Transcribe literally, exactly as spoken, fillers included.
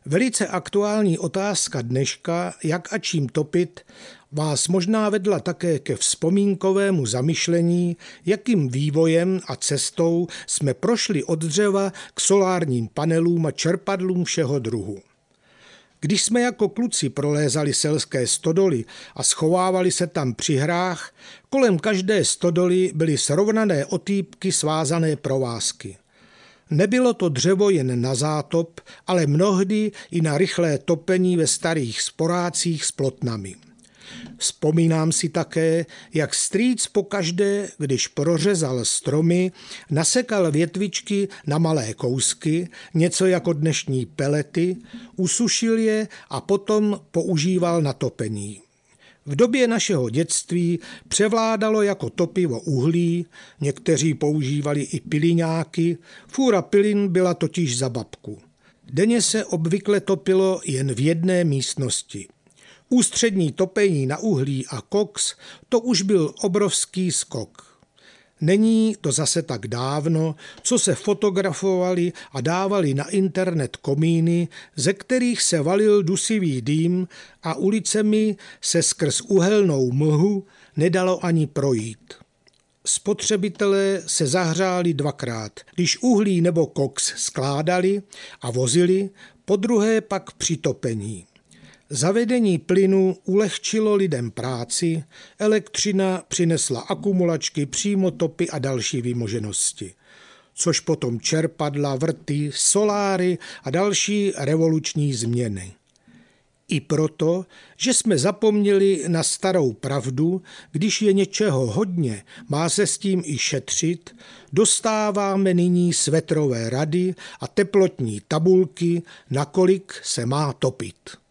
Velice aktuální otázka dneška, jak a čím topit, vás možná vedla také ke vzpomínkovému zamyšlení, jakým vývojem a cestou jsme prošli od dřeva k solárním panelům a čerpadlům všeho druhu. Když jsme jako kluci prolézali selské stodoly a schovávali se tam při hrách, kolem každé stodoly byly srovnané otýpky svázané provázky. Nebylo to dřevo jen na zátop, ale mnohdy i na rychlé topení ve starých sporácích s plotnami. Vzpomínám si také, jak strýc pokaždé, když prořezal stromy, nasekal větvičky na malé kousky, něco jako dnešní pelety, usušil je a potom používal na topení. V době našeho dětství převládalo jako topivo uhlí, někteří používali i piliňáky, fůra pilin byla totiž za babku. Denně se obvykle topilo jen v jedné místnosti. Ústřední topení na uhlí a koks, to už byl obrovský skok. Není to zase tak dávno, co se fotografovali a dávali na internet komíny, ze kterých se valil dusivý dým a ulicemi se skrz uhelnou mlhu nedalo ani projít. Spotřebitelé se zahřáli dvakrát, když uhlí nebo koks skládali a vozili, podruhé pak při topení. Zavedení plynu ulehčilo lidem práci, elektřina přinesla akumulačky, přímotopy a další vymoženosti, což potom čerpadla, vrty, soláry a další revoluční změny. I proto, že jsme zapomněli na starou pravdu, když je něčeho hodně, má se s tím i šetřit, dostáváme nyní svetrové rady a teplotní tabulky, nakolik se má topit.